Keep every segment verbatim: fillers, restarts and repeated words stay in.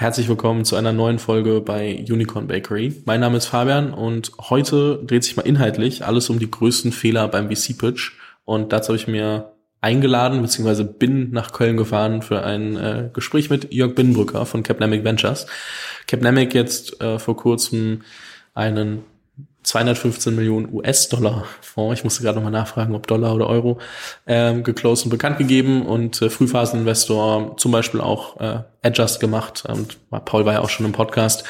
Herzlich willkommen zu einer neuen Folge bei Unicorn Bakery. Mein Name ist Fabian und heute dreht sich mal inhaltlich alles um die größten Fehler beim V C-Pitch. Und dazu habe ich mir eingeladen, beziehungsweise bin nach Köln gefahren für ein äh, Gespräch mit Jörg Binnenbrücker von Capnamic Ventures. Capnamic jetzt äh, vor kurzem einen zweihundertfünfzehn Millionen U S-Dollar Fonds, ich musste gerade nochmal nachfragen, ob Dollar oder Euro, ähm, geclosed und bekannt gegeben und äh, Frühphaseninvestor zum Beispiel auch äh, Adjust gemacht. Und Paul war ja auch schon im Podcast.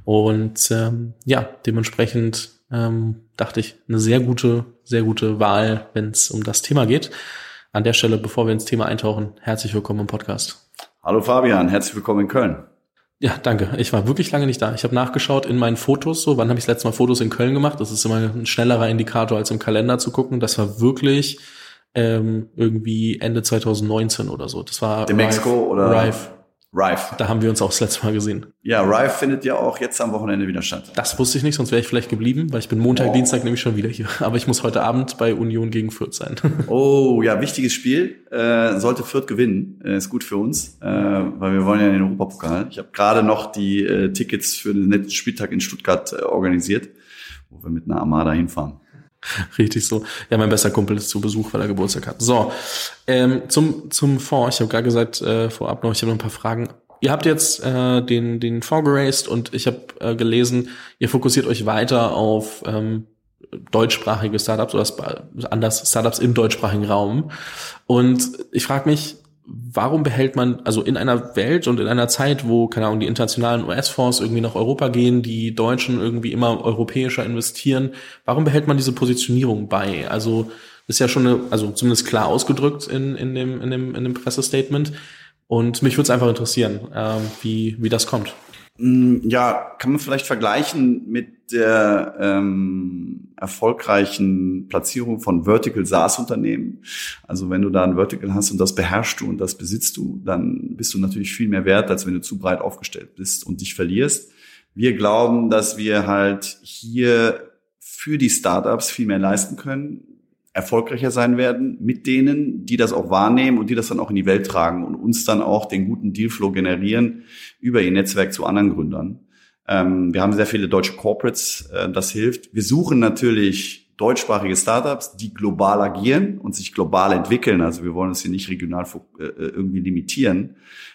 Und ähm, ja, dementsprechend ähm, dachte ich, eine sehr gute, sehr gute Wahl, wenn es um das Thema geht. An der Stelle, bevor wir ins Thema eintauchen, herzlich willkommen im Podcast. Hallo Fabian, herzlich willkommen in Köln. Ja, danke. Ich war wirklich lange nicht da. Ich habe nachgeschaut in meinen Fotos, so wann habe ich das letzte Mal Fotos in Köln gemacht? Das ist immer ein schnellerer Indikator, als im Kalender zu gucken. Das war wirklich ähm, irgendwie Ende zwanzig neunzehn oder so. Das war De Mexico oder Rive. Rive. Da haben wir uns auch das letzte Mal gesehen. Ja, Rive findet ja auch jetzt am Wochenende wieder statt. Das wusste ich nicht, sonst wäre ich vielleicht geblieben, weil ich bin Montag, oh. Dienstag nämlich schon wieder hier. Aber ich muss heute Abend bei Union gegen Fürth sein. Oh, ja, wichtiges Spiel. Äh, sollte Fürth gewinnen, äh, ist gut für uns, äh, weil wir wollen ja in den Europapokal. Ich habe gerade noch die äh, Tickets für den letzten Spieltag in Stuttgart äh, organisiert, wo wir mit einer Armada hinfahren. Richtig so. Ja, mein bester Kumpel ist zu Besuch, weil er Geburtstag hat. So, ähm, zum zum Fonds. Ich habe gerade gesagt, äh, vorab noch, ich habe noch ein paar Fragen. Ihr habt jetzt äh, den den Fonds geraced und ich habe äh, gelesen, ihr fokussiert euch weiter auf ähm, deutschsprachige Startups oder anders Startups im deutschsprachigen Raum. Und ich frage mich, warum behält man, also in einer Welt und in einer Zeit, wo, keine Ahnung, die internationalen U S-Fonds irgendwie nach Europa gehen, die Deutschen irgendwie immer europäischer investieren, warum behält man diese Positionierung bei? Also ist ja schon eine, also zumindest klar ausgedrückt in in dem in dem in dem Pressestatement. Und mich würde es einfach interessieren, ähm, wie wie das kommt. Ja, kann man vielleicht vergleichen mit der ähm, erfolgreichen Platzierung von Vertical SaaS-Unternehmen. Also wenn du da ein Vertical hast und das beherrschst du und das besitzt du, dann bist du natürlich viel mehr wert, als wenn du zu breit aufgestellt bist und dich verlierst. Wir glauben, dass wir halt hier für die Startups viel mehr leisten können, erfolgreicher sein werden mit denen, die das auch wahrnehmen und die das dann auch in die Welt tragen und uns dann auch den guten Dealflow generieren über ihr Netzwerk zu anderen Gründern. Ähm, wir haben sehr viele deutsche Corporates, äh, das hilft. Wir suchen natürlich deutschsprachige Startups, die global agieren und sich global entwickeln. Also wir wollen uns hier nicht regional äh, irgendwie limitieren.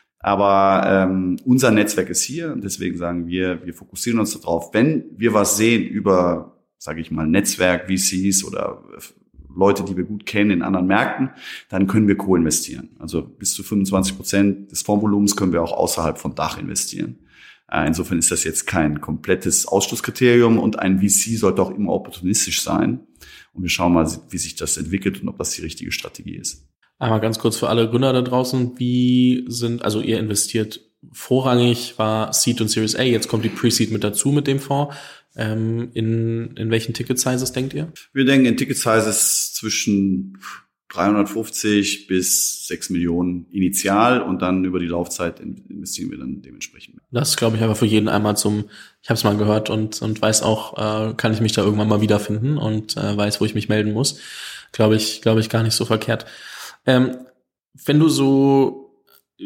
Aber ähm, unser Netzwerk ist hier und deswegen sagen wir, wir fokussieren uns darauf, wenn wir was sehen über, sage ich mal, Netzwerk, V Cs oder Leute, die wir gut kennen in anderen Märkten, dann können wir co-investieren. Also bis zu fünfundzwanzig Prozent des Fondsvolumens können wir auch außerhalb von Dach investieren. Insofern ist das jetzt kein komplettes Ausschlusskriterium und ein V C sollte auch immer opportunistisch sein. Und wir schauen mal, wie sich das entwickelt und ob das die richtige Strategie ist. Einmal ganz kurz für alle Gründer da draußen, wie sind, also ihr investiert vorrangig, war Seed und Series A, jetzt kommt die Pre-Seed mit dazu mit dem Fonds. Ähm, in, in welchen Ticket-Sizes denkt ihr? Wir denken in Ticket-Sizes zwischen dreihundertfünfzig bis sechs Millionen initial und dann über die Laufzeit investieren wir dann dementsprechend. Das ist, glaube ich, aber für jeden einmal zum, ich habe es mal gehört und und weiß auch, äh, kann ich mich da irgendwann mal wiederfinden und äh, weiß, wo ich mich melden muss. Glaube ich, glaube ich, gar nicht so verkehrt. Ähm, wenn du so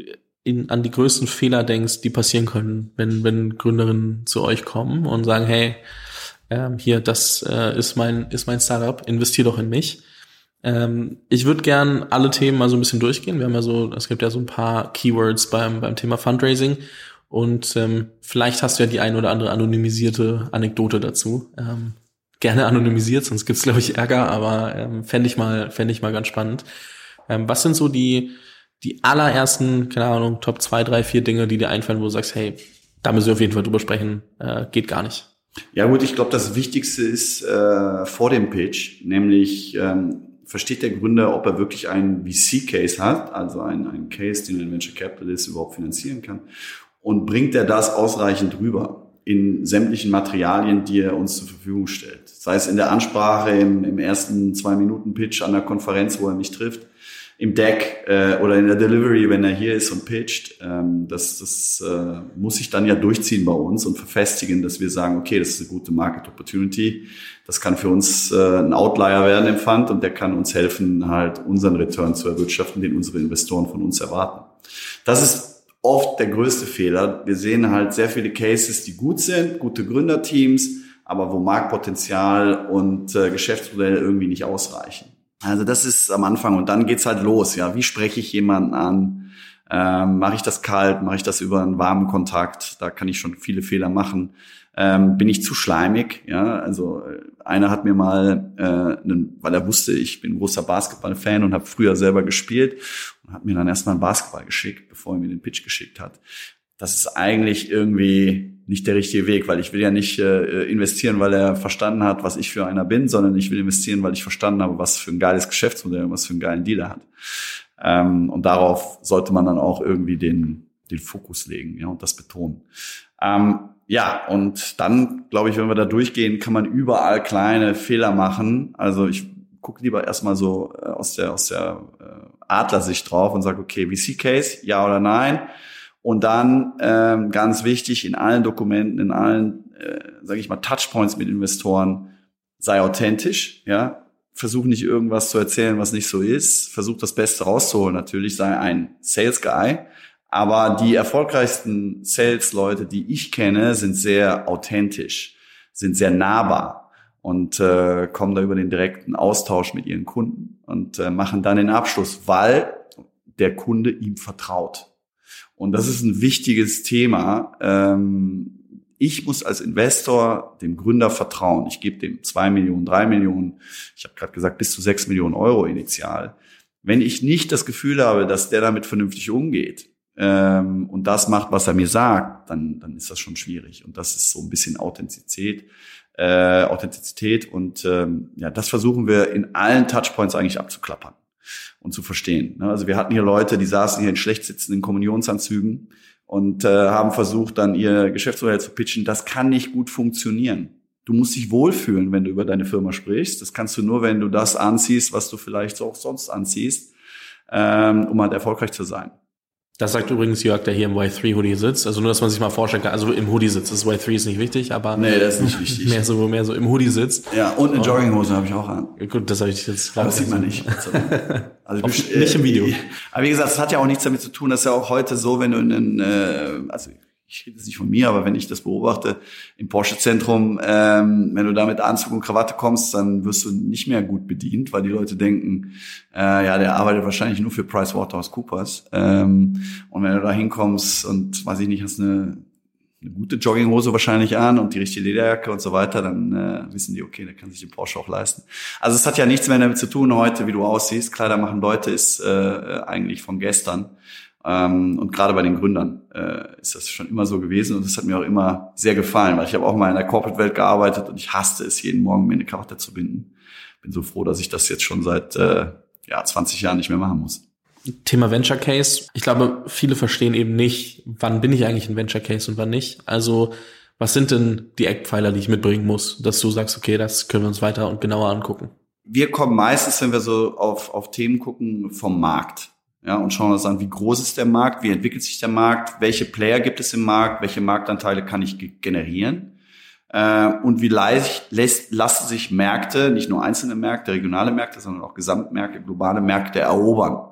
in, an die größten Fehler denkst, die passieren können, wenn wenn Gründerinnen zu euch kommen und sagen, hey, ähm, hier, das äh, ist mein ist mein Startup, investier doch in mich. Ähm, ich würde gern alle Themen mal so ein bisschen durchgehen. Wir haben ja so, es gibt ja so ein paar Keywords beim beim Thema Fundraising und ähm, vielleicht hast du ja die ein oder andere anonymisierte Anekdote dazu. Ähm, gerne anonymisiert, sonst gibt's glaube ich Ärger, aber ähm, fände ich mal fände ich mal ganz spannend. Ähm, was sind so die die allerersten, keine Ahnung, Top zwei, drei, vier Dinge, die dir einfallen, wo du sagst, hey, da müssen wir auf jeden Fall drüber sprechen, äh, geht gar nicht? Ja gut, ich glaube, das Wichtigste ist äh, vor dem Pitch, nämlich ähm, versteht der Gründer, ob er wirklich einen V C-Case hat, also einen, einen Case, den ein Venture Capitalist überhaupt finanzieren kann, und bringt er das ausreichend rüber in sämtlichen Materialien, die er uns zur Verfügung stellt. Sei es in der Ansprache, im, im ersten Zwei-Minuten-Pitch an der Konferenz, wo er mich trifft, im Deck äh, oder in der Delivery, wenn er hier ist und pitcht. Ähm, das das äh, muss sich dann ja durchziehen bei uns und verfestigen, dass wir sagen, okay, das ist eine gute Market Opportunity. Das kann für uns äh, ein Outlier werden im Fund und der kann uns helfen, halt unseren Return zu erwirtschaften, den unsere Investoren von uns erwarten. Das ist oft der größte Fehler. Wir sehen halt sehr viele Cases, die gut sind, gute Gründerteams, aber wo Marktpotenzial und äh, Geschäftsmodell irgendwie nicht ausreichen. Also das ist am Anfang und dann geht's halt los. Ja, wie spreche ich jemanden an? Ähm, mache ich das kalt? Mache ich das über einen warmen Kontakt? Da kann ich schon viele Fehler machen. Ähm, bin ich zu schleimig? Ja, also einer hat mir mal, äh, einen, weil er wusste, ich bin großer Basketball-Fan und habe früher selber gespielt, und hat mir dann erstmal einen Basketball geschickt, bevor er mir den Pitch geschickt hat. Das ist eigentlich irgendwie nicht der richtige Weg, weil ich will ja nicht äh, investieren, weil er verstanden hat, was ich für einer bin, sondern ich will investieren, weil ich verstanden habe, was für ein geiles Geschäftsmodell und was für einen geilen Deal er hat. Ähm, und darauf sollte man dann auch irgendwie den den Fokus legen, ja, und das betonen. Ähm, ja, und dann, glaube ich, wenn wir da durchgehen, kann man überall kleine Fehler machen. Also ich gucke lieber erstmal so äh, aus der aus der äh, Adlersicht drauf und sage, okay, V C-Case, ja oder nein? Und dann ähm, ganz wichtig, in allen Dokumenten, in allen, äh, sage ich mal, Touchpoints mit Investoren, sei authentisch, ja. Versuch nicht irgendwas zu erzählen, was nicht so ist. Versuch das Beste rauszuholen natürlich, sei ein Sales Guy. Aber die erfolgreichsten Sales-Leute, die ich kenne, sind sehr authentisch, sind sehr nahbar und äh, kommen da über den direkten Austausch mit ihren Kunden und äh, machen dann den Abschluss, weil der Kunde ihm vertraut. Und das ist ein wichtiges Thema. Ähm, ich muss als Investor dem Gründer vertrauen. Ich gebe dem zwei Millionen, drei Millionen, ich habe gerade gesagt bis zu sechs Millionen Euro initial. Wenn ich nicht das Gefühl habe, dass der damit vernünftig umgeht, und das macht, was er mir sagt, dann dann ist das schon schwierig. Und das ist so ein bisschen Authentizität, äh, Authentizität und ähm, ja, das versuchen wir in allen Touchpoints eigentlich abzuklappern und zu verstehen. Also wir hatten hier Leute, die saßen hier in schlecht sitzenden Kommunionsanzügen und äh, haben versucht, dann ihr Geschäftsmodell zu pitchen. Das kann nicht gut funktionieren. Du musst dich wohlfühlen, wenn du über deine Firma sprichst. Das kannst du nur, wenn du das anziehst, was du vielleicht auch sonst anziehst, ähm, um halt erfolgreich zu sein. Das sagt übrigens Jörg, der hier im Y drei Hoodie sitzt. Also nur, dass man sich mal vorstellen kann. Also im Hoodie sitzt. Das Y drei ist nicht wichtig, aber nee, das ist nicht wichtig. Mehr so, mehr so im Hoodie sitzt. Ja, und eine Jogginghose habe ich auch an. Ja, gut, das habe ich jetzt. Das sieht man nicht. Also Auf, bist, nicht im Video. Äh, aber wie gesagt, es hat ja auch nichts damit zu tun. Das ist ja auch heute so, wenn du in einen, äh, also ich rede jetzt nicht von mir, aber wenn ich das beobachte, im Porsche-Zentrum, ähm, wenn du da mit Anzug und Krawatte kommst, dann wirst du nicht mehr gut bedient, weil die Leute denken, äh, ja, der arbeitet wahrscheinlich nur für PricewaterhouseCoopers. Ähm, und wenn du da hinkommst und, weiß ich nicht, hast eine, eine gute Jogginghose wahrscheinlich an und die richtige Lederjacke und so weiter, dann äh, wissen die, okay, der kann sich den Porsche auch leisten. Also es hat ja nichts mehr damit zu tun heute, wie du aussiehst. Kleider machen Leute ist äh, eigentlich von gestern. Ähm, und gerade bei den Gründern äh, ist das schon immer so gewesen und das hat mir auch immer sehr gefallen, weil ich habe auch mal in der Corporate-Welt gearbeitet und ich hasste es, jeden Morgen mir eine Krawatte zu binden. Bin so froh, dass ich das jetzt schon seit äh, ja zwanzig Jahren nicht mehr machen muss. Thema Venture Case. Ich glaube, viele verstehen eben nicht, wann bin ich eigentlich ein Venture Case und wann nicht. Also was sind denn die Eckpfeiler, die ich mitbringen muss, dass du sagst, okay, das können wir uns weiter und genauer angucken? Wir kommen meistens, wenn wir so auf auf Themen gucken, vom Markt. Ja, und schauen uns an, wie groß ist der Markt, wie entwickelt sich der Markt, welche Player gibt es im Markt, welche Marktanteile kann ich ge- generieren äh, und wie leicht lässt, lassen sich Märkte, nicht nur einzelne Märkte, regionale Märkte, sondern auch Gesamtmärkte, globale Märkte erobern.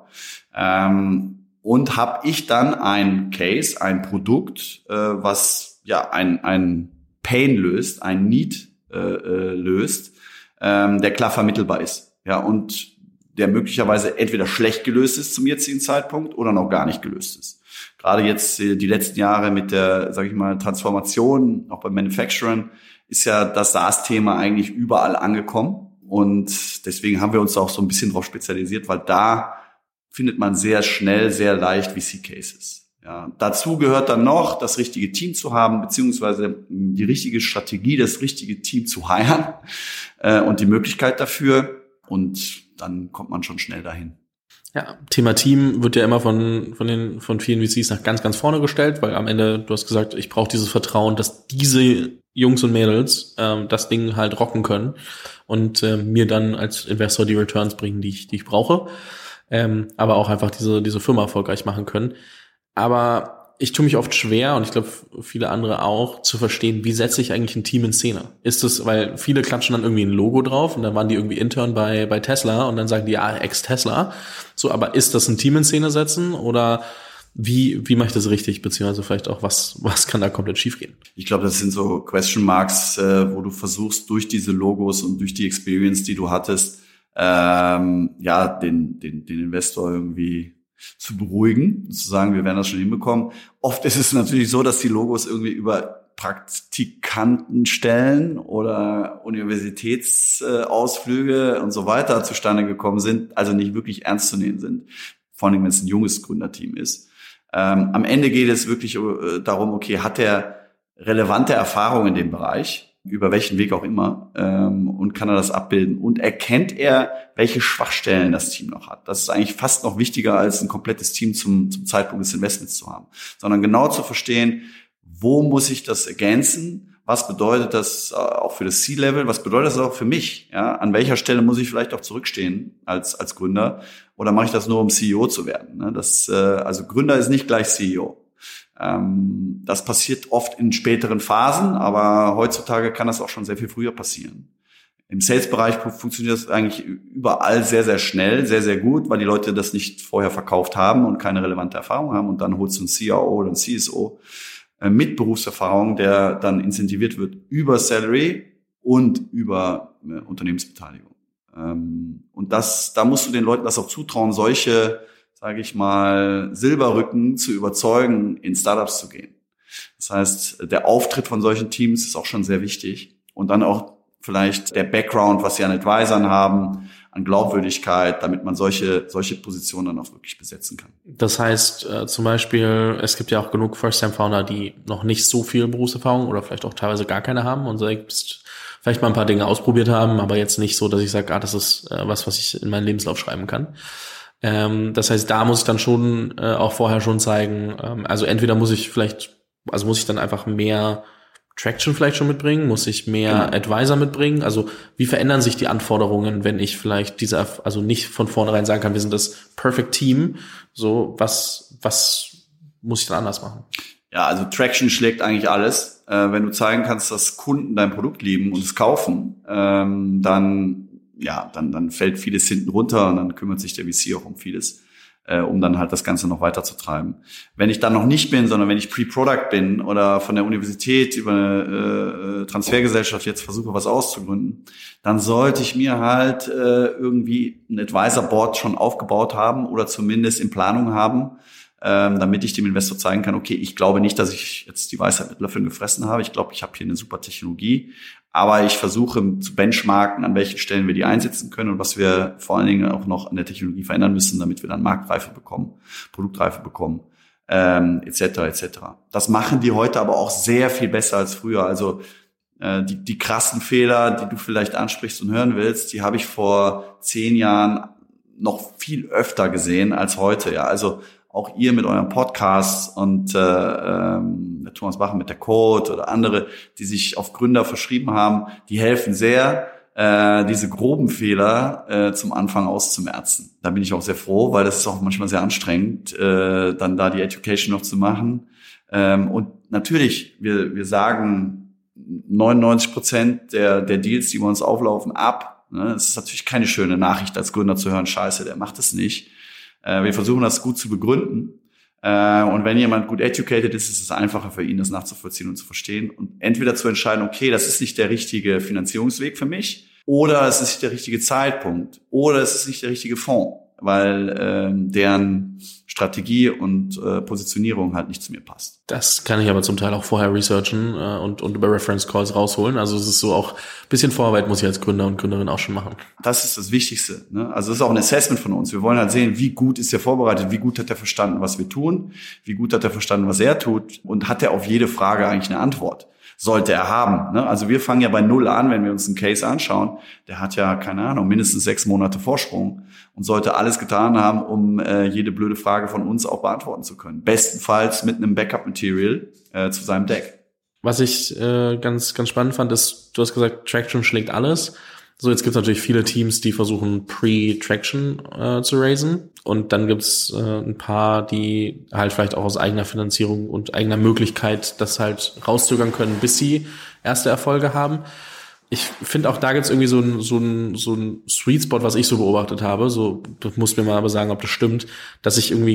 Ähm, und habe ich dann ein Case, ein Produkt, äh, was ja ein, ein Pain löst, ein Need äh, äh, löst, ähm, der klar vermittelbar ist. Ja, und der möglicherweise entweder schlecht gelöst ist zum jetzigen Zeitpunkt oder noch gar nicht gelöst ist. Gerade jetzt die letzten Jahre mit der, sage ich mal, Transformation, auch bei Manufacturing, ist ja das SaaS-Thema eigentlich überall angekommen. Und deswegen haben wir uns auch so ein bisschen drauf spezialisiert, weil da findet man sehr schnell, sehr leicht V C-Cases. Ja, dazu gehört dann noch, das richtige Team zu haben, beziehungsweise die richtige Strategie, das richtige Team zu hiren äh, und die Möglichkeit dafür. Und dann kommt man schon schnell dahin. Ja, Thema Team wird ja immer von von den von vielen V Cs nach ganz, ganz vorne gestellt, weil am Ende, du hast gesagt, ich brauche dieses Vertrauen, dass diese Jungs und Mädels ähm, das Ding halt rocken können und äh, mir dann als Investor die Returns bringen, die ich die ich brauche, ähm, aber auch einfach diese diese Firma erfolgreich machen können. Aber ich tue mich oft schwer, und ich glaube viele andere auch, zu verstehen, wie setze ich eigentlich ein Team in Szene? Ist es, weil viele klatschen dann irgendwie ein Logo drauf und dann waren die irgendwie Intern bei bei Tesla und dann sagen die, ja, Ex-Tesla. So, aber ist das ein Team in Szene setzen oder Wie, wie mache ich das richtig, beziehungsweise vielleicht auch, was, was kann da komplett schiefgehen? Ich glaube, das sind so Question Marks, äh, wo du versuchst, durch diese Logos und durch die Experience, die du hattest, ähm, ja, den, den, den Investor irgendwie zu beruhigen, zu sagen, wir werden das schon hinbekommen. Oft ist es natürlich so, dass die Logos irgendwie über Praktikantenstellen oder Universitätsausflüge und so weiter zustande gekommen sind, also nicht wirklich ernst zu nehmen sind, vor allem wenn es ein junges Gründerteam ist. Ähm, am Ende geht es wirklich äh, darum, okay, hat er relevante Erfahrung in dem Bereich, über welchen Weg auch immer, ähm, und kann er das abbilden? Und erkennt er, welche Schwachstellen das Team noch hat? Das ist eigentlich fast noch wichtiger, als ein komplettes Team zum, zum Zeitpunkt des Investments zu haben, sondern genau zu verstehen, wo muss ich das ergänzen? Was bedeutet das auch für das C-Level? Was bedeutet das auch für mich? Ja, an welcher Stelle muss ich vielleicht auch zurückstehen als als Gründer? Oder mache ich das nur, um C E O zu werden? Das, also Gründer ist nicht gleich C E O. Das passiert oft in späteren Phasen, aber heutzutage kann das auch schon sehr viel früher passieren. Im Sales-Bereich funktioniert das eigentlich überall sehr, sehr schnell, sehr, sehr gut, weil die Leute das nicht vorher verkauft haben und keine relevante Erfahrung haben. Und dann holst du einen C I O oder einen C S O mit Berufserfahrung, der dann incentiviert wird über Salary und über äh, Unternehmensbeteiligung. Ähm, und das, da musst du den Leuten das auch zutrauen, solche, sage ich mal, Silberrücken zu überzeugen, in Startups zu gehen. Das heißt, der Auftritt von solchen Teams ist auch schon sehr wichtig. Und dann auch vielleicht der Background, was sie an Advisern haben, an Glaubwürdigkeit, damit man solche solche Positionen dann auch wirklich besetzen kann. Das heißt, äh, zum Beispiel, es gibt ja auch genug First-Time-Founder, die noch nicht so viel Berufserfahrung oder vielleicht auch teilweise gar keine haben und selbst vielleicht mal ein paar Dinge ausprobiert haben, aber jetzt nicht so, dass ich sage, ah, das ist äh, was, was ich in meinen Lebenslauf schreiben kann. Ähm, das heißt, da muss ich dann schon äh, auch vorher schon zeigen, ähm, also entweder muss ich vielleicht, also muss ich dann einfach mehr Traction vielleicht schon mitbringen? Muss ich mehr genau. Advisor mitbringen? Also wie verändern sich die Anforderungen, wenn ich vielleicht diese, also nicht von vornherein sagen kann, wir sind das Perfect Team. So, was, was muss ich dann anders machen? Ja, also Traction schlägt eigentlich alles. Äh, wenn du zeigen kannst, dass Kunden dein Produkt lieben und es kaufen, ähm, dann, ja, dann, dann fällt vieles hinten runter und dann kümmert sich der V C auch um vieles, äh, um dann halt das Ganze noch weiter zu treiben. Wenn ich dann noch nicht bin, sondern wenn ich Pre-Product bin oder von der Universität über eine äh, Transfergesellschaft jetzt versuche, was auszugründen, dann sollte ich mir halt äh, irgendwie ein Advisor-Board schon aufgebaut haben oder zumindest in Planung haben, ähm, damit ich dem Investor zeigen kann, okay, ich glaube nicht, dass ich jetzt die Weisheit mit Löffeln gefressen habe. Ich glaube, ich habe hier eine super Technologie, aber ich versuche zu benchmarken, an welchen Stellen wir die einsetzen können und was wir vor allen Dingen auch noch an der Technologie verändern müssen, damit wir dann Marktreife bekommen, Produktreife bekommen, ähm, et cetera et cetera. Das machen die heute aber auch sehr viel besser als früher. Also äh, die, die krassen Fehler, die du vielleicht ansprichst und hören willst, die habe ich vor zehn Jahren noch viel öfter gesehen als heute. Ja, also auch ihr mit eurem Podcast und äh, ähm, der Thomas Bacher mit der Code oder andere, die sich auf Gründer verschrieben haben, die helfen sehr, äh, diese groben Fehler äh, zum Anfang auszumerzen. Da bin ich auch sehr froh, weil das ist auch manchmal sehr anstrengend, äh, dann da die Education noch zu machen. Ähm, und natürlich, wir wir sagen neunundneunzig Prozent der der Deals, die bei uns auflaufen, ab. Ne? Es ist natürlich keine schöne Nachricht als Gründer zu hören, scheiße, der macht es nicht. Wir versuchen das gut zu begründen. Und wenn jemand gut educated ist, ist es einfacher für ihn, das nachzuvollziehen und zu verstehen. Und entweder zu entscheiden, okay, das ist nicht der richtige Finanzierungsweg für mich, oder es ist nicht der richtige Zeitpunkt, oder es ist nicht der richtige Fonds, weil äh, deren Strategie und äh, Positionierung halt nicht zu mir passt. Das kann ich aber zum Teil auch vorher researchen äh, und, und über Reference Calls rausholen. Also es ist so auch ein bisschen Vorarbeit muss ich als Gründer und Gründerin auch schon machen. Das ist das Wichtigste. Ne? Also das ist auch ein Assessment von uns. Wir wollen halt sehen, wie gut ist er vorbereitet, wie gut hat er verstanden, was wir tun, wie gut hat er verstanden, was er tut und hat er auf jede Frage eigentlich eine Antwort. Sollte er haben. Ne? Also wir fangen ja bei Null an, wenn wir uns einen Case anschauen. Der hat ja, keine Ahnung, mindestens sechs Monate Vorsprung und sollte alles getan haben, um äh, jede blöde Frage von uns auch beantworten zu können. Bestenfalls mit einem Backup-Material äh, zu seinem Deck. Was ich äh, ganz ganz spannend fand, ist, du hast gesagt, Traction schlägt alles. So, jetzt gibt es natürlich viele Teams, die versuchen, Pre-Traction äh, zu raisen. Und dann gibt es äh, ein paar, die halt vielleicht auch aus eigener Finanzierung und eigener Möglichkeit das halt rauszögern können, bis sie erste Erfolge haben. Ich finde auch da gibt es irgendwie so ein so ein so ein Sweet Spot, was ich so beobachtet habe. So, du musst mir mal aber sagen, ob das stimmt, dass ich irgendwie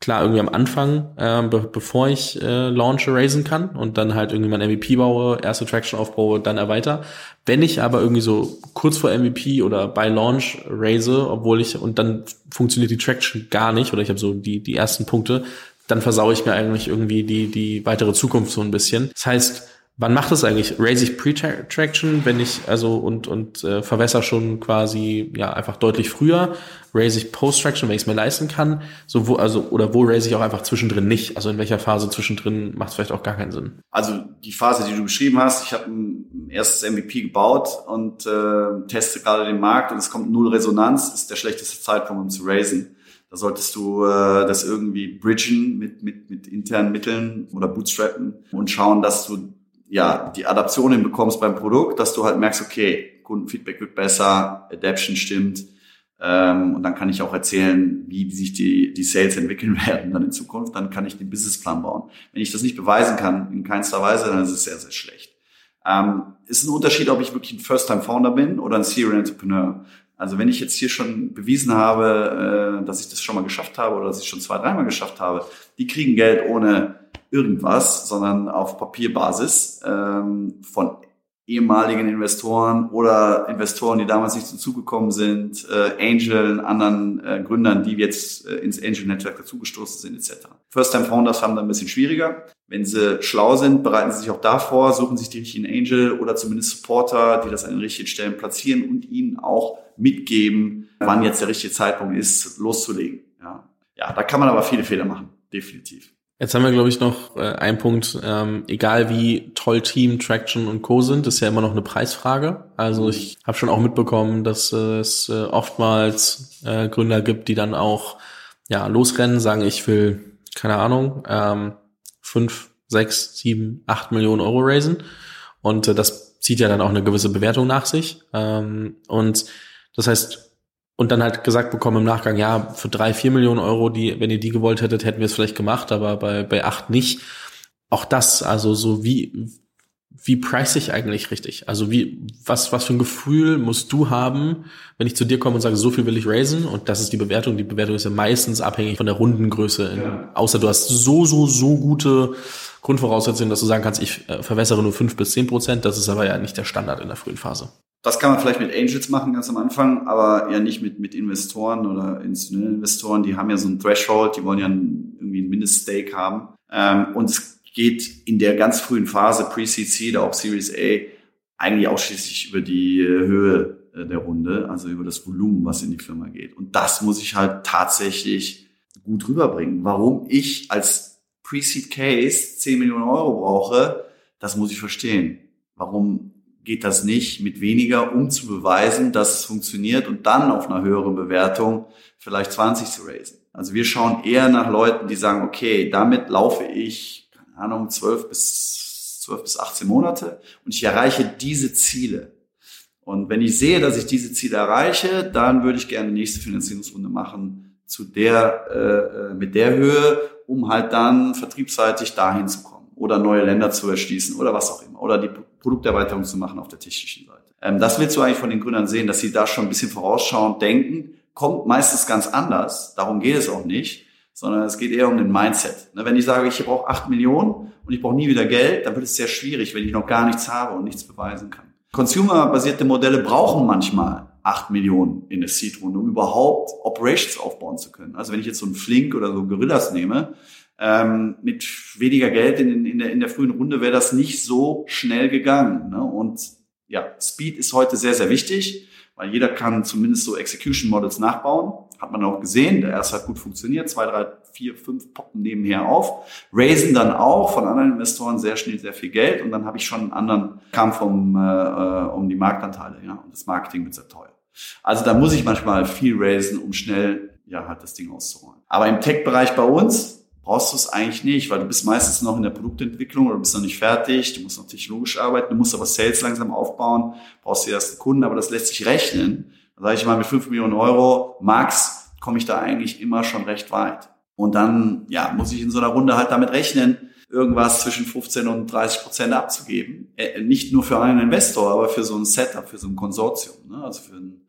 klar irgendwie am Anfang, äh, be- bevor ich äh, launche, raisen kann und dann halt irgendwie mein M V P baue, erste Traction aufbaue, dann erweiter. Wenn ich aber irgendwie so kurz vor M V P oder bei Launch raise, obwohl ich, und dann funktioniert die Traction gar nicht oder ich habe so die die ersten Punkte, dann versaue ich mir eigentlich irgendwie die die weitere Zukunft so ein bisschen. Das heißt, wann macht das eigentlich? Raise ich Pre-Traction, wenn ich also und und äh, verwässer schon quasi ja einfach deutlich früher? Raise ich Post-Traction, wenn ich es mir leisten kann? So wo also oder wo raise ich auch einfach zwischendrin nicht? Also in welcher Phase zwischendrin macht es vielleicht auch gar keinen Sinn? Also die Phase, die du beschrieben hast, ich habe ein erstes M V P gebaut und äh, teste gerade den Markt und es kommt null Resonanz, ist der schlechteste Zeitpunkt, um zu raisen. Da solltest du äh, das irgendwie bridgen mit mit mit internen Mitteln oder bootstrappen und schauen, dass du ja die Adaption hinbekommst beim Produkt, dass du halt merkst, okay, Kundenfeedback wird besser, Adaption stimmt, ähm, und dann kann ich auch erzählen, wie sich die die Sales entwickeln werden dann in Zukunft. Dann kann ich den Businessplan bauen. Wenn ich das nicht beweisen kann, in keinster Weise, dann ist es sehr, sehr schlecht. Ähm, ist ein Unterschied, ob ich wirklich ein First-Time-Founder bin oder ein Serial Entrepreneur. Also wenn ich jetzt hier schon bewiesen habe, äh, dass ich das schon mal geschafft habe oder dass ich schon zwei, dreimal geschafft habe, die kriegen Geld ohne irgendwas, sondern auf Papierbasis ähm, von ehemaligen Investoren oder Investoren, die damals nicht dazugekommen sind, äh, Angeln, anderen äh, Gründern, die jetzt äh, ins Angel-Netzwerk dazugestoßen sind, et cetera. First-Time-Founders haben da ein bisschen schwieriger. Wenn sie schlau sind, bereiten sie sich auch davor, suchen sich die richtigen Angel oder zumindest Supporter, die das an den richtigen Stellen platzieren und ihnen auch mitgeben, wann jetzt der richtige Zeitpunkt ist, loszulegen. Ja, ja, da kann man aber viele Fehler machen, definitiv. Jetzt haben wir, glaube ich, noch äh, einen Punkt, ähm, egal wie toll Team, Traction und Co. sind, ist ja immer noch eine Preisfrage. Also ich habe schon auch mitbekommen, dass äh, es äh, oftmals äh, Gründer gibt, die dann auch ja losrennen, sagen, ich will, keine Ahnung, ähm, fünf, sechs, sieben, acht Millionen Euro raisen. Und äh, das zieht ja dann auch eine gewisse Bewertung nach sich. Ähm, und das heißt, und dann halt gesagt bekommen im Nachgang, ja, für drei, vier Millionen Euro, die, wenn ihr die gewollt hättet, hätten wir es vielleicht gemacht, aber bei, bei acht nicht. Auch das, also so wie, wie price ich eigentlich richtig? Also wie, was, was für ein Gefühl musst du haben, wenn ich zu dir komme und sage, so viel will ich raisen und das ist die Bewertung. Die Bewertung ist ja meistens abhängig von der Rundengröße. In, ja. Außer du hast so, so, so gute Grundvoraussetzungen, dass du sagen kannst, ich äh, verwässere nur fünf bis zehn Prozent. Das ist aber ja nicht der Standard in der frühen Phase. Das kann man vielleicht mit Angels machen, ganz am Anfang, aber ja nicht mit mit Investoren oder institutionellen Investoren. Die haben ja so ein Threshold, die wollen ja ein, irgendwie ein Mindeststake haben. Ähm, und es geht in der ganz frühen Phase, Pre-Seed, Seed, auch Series A, eigentlich ausschließlich über die Höhe der Runde, also über das Volumen, was in die Firma geht. Und das muss ich halt tatsächlich gut rüberbringen. Warum ich als Pre-Seed Case zehn Millionen Euro brauche, das muss ich verstehen. Warum geht das nicht mit weniger, um zu beweisen, dass es funktioniert und dann auf einer höheren Bewertung vielleicht zwanzig zu raisen. Also wir schauen eher nach Leuten, die sagen, okay, damit laufe ich, keine Ahnung, zwölf bis achtzehn Monate und ich erreiche diese Ziele. Und wenn ich sehe, dass ich diese Ziele erreiche, dann würde ich gerne die nächste Finanzierungsrunde machen zu der, äh, mit der Höhe, um halt dann vertriebsseitig dahin zu kommen oder neue Länder zu erschließen oder was auch immer oder die Produkterweiterung zu machen auf der technischen Seite. Ähm, das willst du eigentlich von den Gründern sehen, dass sie da schon ein bisschen vorausschauend denken, kommt meistens ganz anders, darum geht es auch nicht, sondern es geht eher um den Mindset. Ne, wenn ich sage, ich brauche acht Millionen und ich brauche nie wieder Geld, dann wird es sehr schwierig, wenn ich noch gar nichts habe und nichts beweisen kann. Consumer-basierte Modelle brauchen manchmal acht Millionen in der Seed-Runde, um überhaupt Operations aufbauen zu können. Also wenn ich jetzt so einen Flink oder so Gorillas nehme, Ähm, mit weniger Geld in, in, der, in der frühen Runde wäre das nicht so schnell gegangen. Ne? Und ja, Speed ist heute sehr, sehr wichtig, weil jeder kann zumindest so Execution Models nachbauen. Hat man auch gesehen, der erste hat gut funktioniert, zwei, drei, vier, fünf poppen nebenher auf, raisen dann auch von anderen Investoren sehr schnell sehr viel Geld und dann habe ich schon einen anderen Kampf um, äh, um die Marktanteile. Ja? Und das Marketing wird sehr teuer. Also da muss ich manchmal viel raisen, um schnell ja halt das Ding auszurollen. Aber im Tech-Bereich bei uns brauchst du es eigentlich nicht, weil du bist meistens noch in der Produktentwicklung oder bist noch nicht fertig, du musst noch technologisch arbeiten, du musst aber Sales langsam aufbauen, brauchst die ersten Kunden, aber das lässt sich rechnen. Da sage ich mal, mit fünf Millionen Euro max komme ich da eigentlich immer schon recht weit. Und dann ja muss ich in so einer Runde halt damit rechnen, irgendwas zwischen fünfzehn und dreißig Prozent abzugeben. Äh, nicht nur für einen Investor, aber für so ein Setup, für so ein Konsortium, ne? Also für ein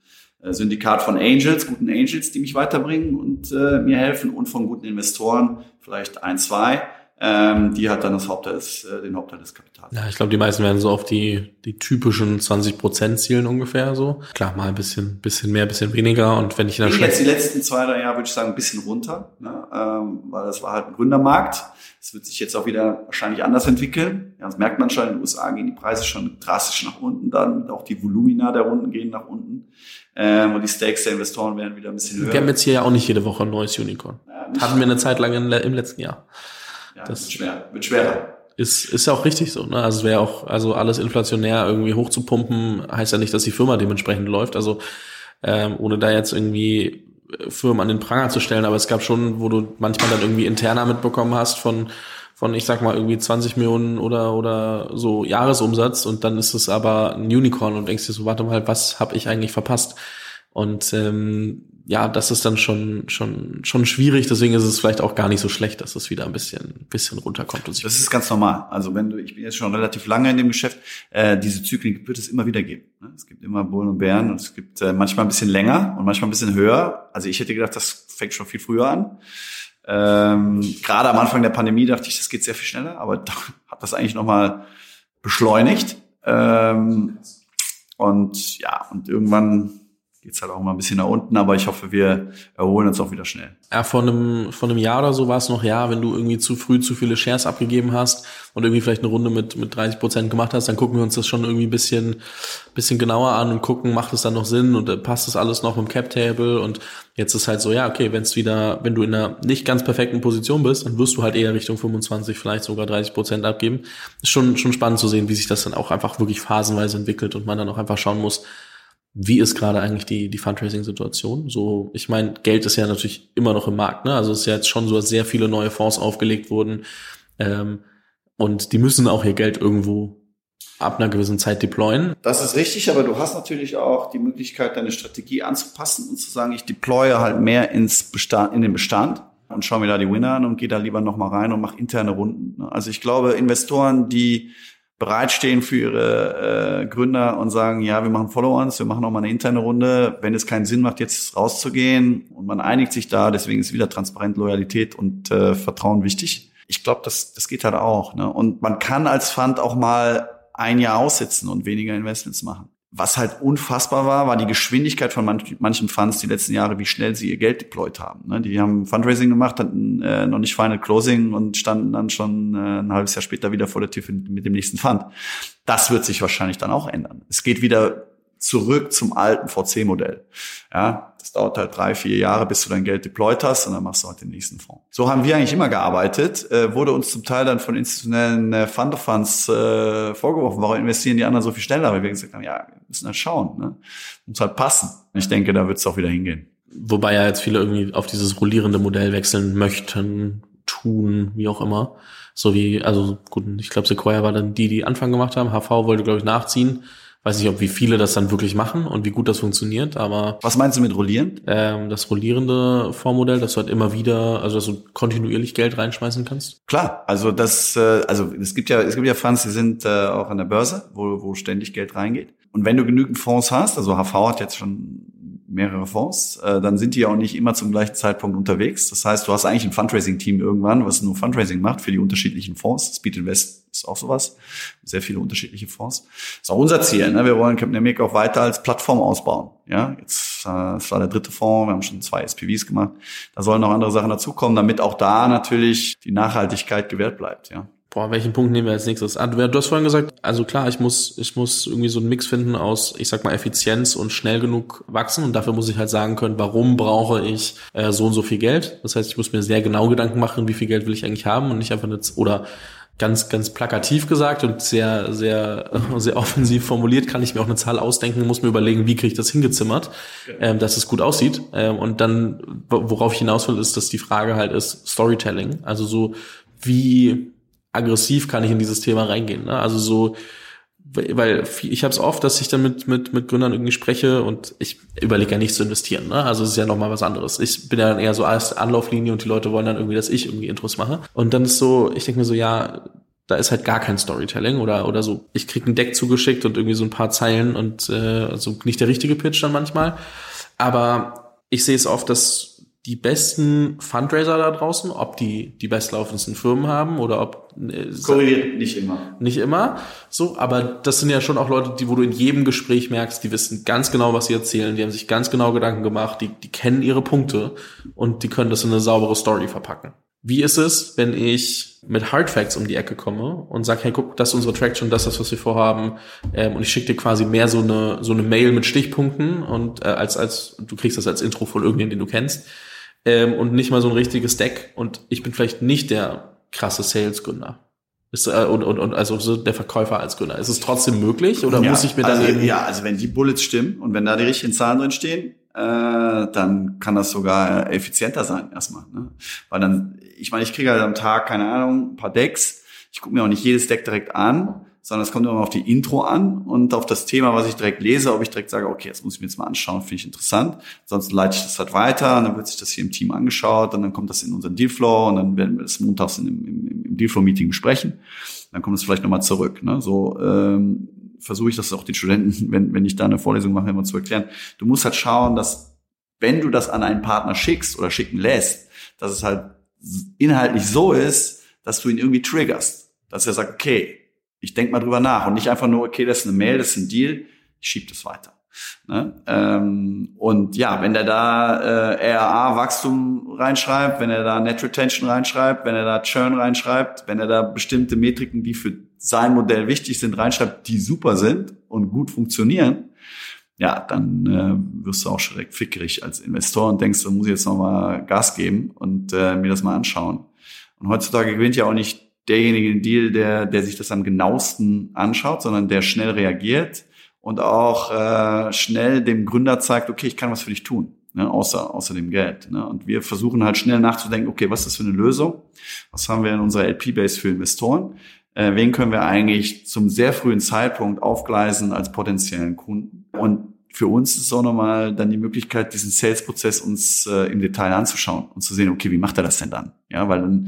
Syndikat von Angels, guten Angels, die mich weiterbringen und äh, mir helfen und von guten Investoren, vielleicht ein, zwei, ähm, die halt dann das Hauptteil des, äh, den Hauptteil des Kapitals. Ja, ich glaube, die meisten werden so auf die die typischen zwanzig Prozent zielen ungefähr so. Klar, mal ein bisschen bisschen mehr, bisschen weniger und wenn ich dann schlecht... Jetzt die letzten zwei, drei Jahre würde ich sagen ein bisschen runter, ne? ähm, weil das war halt ein Gründermarkt. Das wird sich jetzt auch wieder wahrscheinlich anders entwickeln. Ja, das merkt man schon, in den U S A gehen die Preise schon drastisch nach unten, dann auch die Volumina der Runden gehen nach unten. Ähm, und die Stakes der Investoren werden wieder ein bisschen höher. Wir haben jetzt hier ja auch nicht jede Woche ein neues Unicorn. Ja, hatten wir eine Zeit lang in, im letzten Jahr. Ja, das wird schwer, wird schwerer. Ist, ist ja auch richtig so, ne? Also es wäre auch, also alles inflationär irgendwie hochzupumpen, heißt ja nicht, dass die Firma dementsprechend läuft. Also, ähm, ohne da jetzt irgendwie Firmen an den Pranger zu stellen, aber es gab schon, wo du manchmal dann irgendwie interner mitbekommen hast von, von, ich sag mal, irgendwie zwanzig Millionen oder, oder so Jahresumsatz und dann ist es aber ein Unicorn und denkst dir so, warte mal, was habe ich eigentlich verpasst? Und, ähm, ja, das ist dann schon, schon, schon schwierig, deswegen ist es vielleicht auch gar nicht so schlecht, dass es wieder ein bisschen, bisschen runterkommt. Und sich das ist ganz normal. Also wenn du, ich bin jetzt schon relativ lange in dem Geschäft, äh, diese Zyklen wird es immer wieder geben. Ne? Es gibt immer Bullen und Bären und es gibt äh, manchmal ein bisschen länger und manchmal ein bisschen höher. Also ich hätte gedacht, das fängt schon viel früher an. Ähm, gerade am Anfang der Pandemie dachte ich, das geht sehr viel schneller, aber da hat das eigentlich nochmal beschleunigt. Ähm, und ja, und irgendwann geht's halt auch mal ein bisschen nach unten, aber ich hoffe, wir erholen uns auch wieder schnell. Ja, vor einem, vor einem Jahr oder so war es noch, ja, wenn du irgendwie zu früh zu viele Shares abgegeben hast und irgendwie vielleicht eine Runde mit, mit dreißig Prozent gemacht hast, dann gucken wir uns das schon irgendwie ein bisschen, bisschen genauer an und gucken, macht es dann noch Sinn und äh, passt das alles noch im Cap-Table und jetzt ist halt so, ja, okay, wenn es wieder, wenn du in einer nicht ganz perfekten Position bist, dann wirst du halt eher Richtung fünfundzwanzig, vielleicht sogar dreißig Prozent abgeben. Ist schon, schon spannend zu sehen, wie sich das dann auch einfach wirklich phasenweise entwickelt und man dann auch einfach schauen muss, wie ist gerade eigentlich die die Fundraising-Situation? So, ich meine, Geld ist ja natürlich immer noch im Markt, ne? Also es ist ja jetzt schon so, dass sehr viele neue Fonds aufgelegt wurden ähm, und die müssen auch ihr Geld irgendwo ab einer gewissen Zeit deployen. Das ist richtig, aber du hast natürlich auch die Möglichkeit, deine Strategie anzupassen und zu sagen, ich deploye halt mehr ins Bestand, in den Bestand und schaue mir da die Winner an und gehe da lieber nochmal rein und mache interne Runden. Also ich glaube, Investoren, die bereitstehen für ihre äh, Gründer und sagen, ja, wir machen Follow-ons, wir machen auch mal eine interne Runde, wenn es keinen Sinn macht, jetzt rauszugehen und man einigt sich da, deswegen ist wieder Transparenz, Loyalität und äh, Vertrauen wichtig. Ich glaube, das das geht halt auch, ne? Und man kann als Fund auch mal ein Jahr aussitzen und weniger Investments machen. Was halt unfassbar war, war die Geschwindigkeit von manch, manchen Funds die letzten Jahre, wie schnell sie ihr Geld deployed haben. Ne? Die haben Fundraising gemacht, hatten äh, noch nicht Final Closing und standen dann schon äh, ein halbes Jahr später wieder vor der Tür mit dem nächsten Fund. Das wird sich wahrscheinlich dann auch ändern. Es geht wieder zurück zum alten V C-Modell. Ja, das dauert halt drei, vier Jahre, bis du dein Geld deployed hast und dann machst du halt den nächsten Fonds. So haben wir eigentlich immer gearbeitet, äh, wurde uns zum Teil dann von institutionellen äh, Fund of Funds äh, vorgeworfen, warum investieren die anderen so viel schneller, weil wir gesagt haben, ja, wir müssen halt schauen, ne? Muss halt passen. Und ich denke, da wird es auch wieder hingehen. Wobei ja jetzt viele irgendwie auf dieses rollierende Modell wechseln möchten, tun, wie auch immer. So wie, also gut, ich glaube, Sequoia war dann die, die Anfang gemacht haben. H V wollte, glaube ich, nachziehen. Weiß nicht, ob wie viele das dann wirklich machen und wie gut das funktioniert, aber... Was meinst du mit rollierend? Ähm, das rollierende Fondsmodell, dass du halt immer wieder, also dass du kontinuierlich Geld reinschmeißen kannst? Klar, also das, äh, also es gibt ja, es gibt ja Fonds, die sind äh, auch an der Börse, wo, wo ständig Geld reingeht. Und wenn du genügend Fonds hast, also H V hat jetzt schon mehrere Fonds, äh, dann sind die ja auch nicht immer zum gleichen Zeitpunkt unterwegs. Das heißt, du hast eigentlich ein Fundraising-Team irgendwann, was nur Fundraising macht für die unterschiedlichen Fonds. Speed Invest ist auch sowas. Sehr viele unterschiedliche Fonds. Das ist auch unser Ziel. Ne? Wir wollen Captain America auch weiter als Plattform ausbauen. Ja, jetzt äh, das war der dritte Fonds. Wir haben schon zwei S P Vs gemacht. Da sollen noch andere Sachen dazukommen, damit auch da natürlich die Nachhaltigkeit gewährt bleibt. Ja. Boah, welchen Punkt nehmen wir als nächstes? Ah, du, du hast vorhin gesagt, also klar, ich muss ich muss irgendwie so einen Mix finden aus, ich sag mal, Effizienz und schnell genug wachsen und dafür muss ich halt sagen können, warum brauche ich äh, so und so viel Geld? Das heißt, ich muss mir sehr genau Gedanken machen, wie viel Geld will ich eigentlich haben und nicht einfach jetzt, oder ganz ganz plakativ gesagt und sehr sehr sehr offensiv formuliert, kann ich mir auch eine Zahl ausdenken, muss mir überlegen, wie kriege ich das hingezimmert, ähm, dass es gut aussieht. Ähm, und dann, worauf ich hinaus will, ist, dass die Frage halt ist Storytelling. Also so, wie aggressiv kann ich in dieses Thema reingehen, ne? Also so, weil ich habe es oft, dass ich dann mit mit mit Gründern irgendwie spreche und ich überlege ja nicht zu investieren, ne? Also es ist ja nochmal was anderes. Ich bin ja dann eher so als Anlauflinie und die Leute wollen dann irgendwie, dass ich irgendwie Intros mache. Und dann ist so, ich denke mir so, ja, da ist halt gar kein Storytelling oder oder so. Ich krieg ein Deck zugeschickt und irgendwie so ein paar Zeilen und äh, also nicht der richtige Pitch dann manchmal. Aber ich sehe es oft, dass die besten Fundraiser da draußen, ob die die bestlaufendsten Firmen haben oder ob äh, korreliert nicht immer. Nicht immer, so, aber das sind ja schon auch Leute, die, wo du in jedem Gespräch merkst, die wissen ganz genau, was sie erzählen, die haben sich ganz genau Gedanken gemacht, die, die kennen ihre Punkte und die können das in eine saubere Story verpacken. Wie ist es, wenn ich mit Hard Facts um die Ecke komme und sage, hey, guck, das ist unsere Traction, das ist das, was wir vorhaben, ähm, und ich schicke dir quasi mehr so eine so eine Mail mit Stichpunkten und äh, als als du kriegst das als Intro von irgendjemandem, den du kennst, ähm, und nicht mal so ein richtiges Deck und ich bin vielleicht nicht der krasse Sales-Gründer. Ist, äh, und, und, und also so der Verkäufer als Gründer. Ist es trotzdem möglich oder ja, muss ich mir dann also, eben... Ja, also wenn die Bullets stimmen und wenn da die richtigen Zahlen drin stehen, äh, dann kann das sogar effizienter sein erstmal. Ne? Weil dann, ich meine, ich kriege halt am Tag, keine Ahnung, ein paar Decks. Ich gucke mir auch nicht jedes Deck direkt an, sondern es kommt immer auf die Intro an und auf das Thema, was ich direkt lese, ob ich direkt sage, okay, jetzt muss ich mir jetzt mal anschauen, finde ich interessant. Ansonsten leite ich das halt weiter und dann wird sich das hier im Team angeschaut und dann kommt das in unseren Dealflow und dann werden wir das montags in, im, im Dealflow-Meeting besprechen. Dann kommt es vielleicht nochmal zurück. Ne? So ähm, versuche ich das auch den Studenten, wenn, wenn ich da eine Vorlesung mache, immer zu erklären. Du musst halt schauen, dass wenn du das an einen Partner schickst oder schicken lässt, dass es halt inhaltlich so ist, dass du ihn irgendwie triggerst. Dass er sagt, okay, ich denk mal drüber nach und nicht einfach nur, okay, das ist eine Mail, das ist ein Deal, ich schieb das weiter. Ne? Ähm, und ja, wenn er da äh, R A-Wachstum reinschreibt, wenn er da Net Retention reinschreibt, wenn er da Churn reinschreibt, wenn er da bestimmte Metriken, die für sein Modell wichtig sind, reinschreibt, die super sind und gut funktionieren, ja, dann äh, wirst du auch schon direkt fickerig als Investor und denkst, da muss ich jetzt nochmal Gas geben und äh, mir das mal anschauen. Und heutzutage gewinnt ja auch nicht derjenige den Deal, der der sich das am genauesten anschaut, sondern der schnell reagiert und auch äh, schnell dem Gründer zeigt, okay, ich kann was für dich tun, ne, außer außer dem Geld. Ne? Und wir versuchen halt schnell nachzudenken, okay, was ist das für eine Lösung? Was haben wir in unserer L P-Base für Investoren? Äh, wen können wir eigentlich zum sehr frühen Zeitpunkt aufgleisen als potenziellen Kunden? Und für uns ist es auch nochmal dann die Möglichkeit, diesen Sales-Prozess uns äh, im Detail anzuschauen und zu sehen, okay, wie macht er das denn dann? Ja, weil dann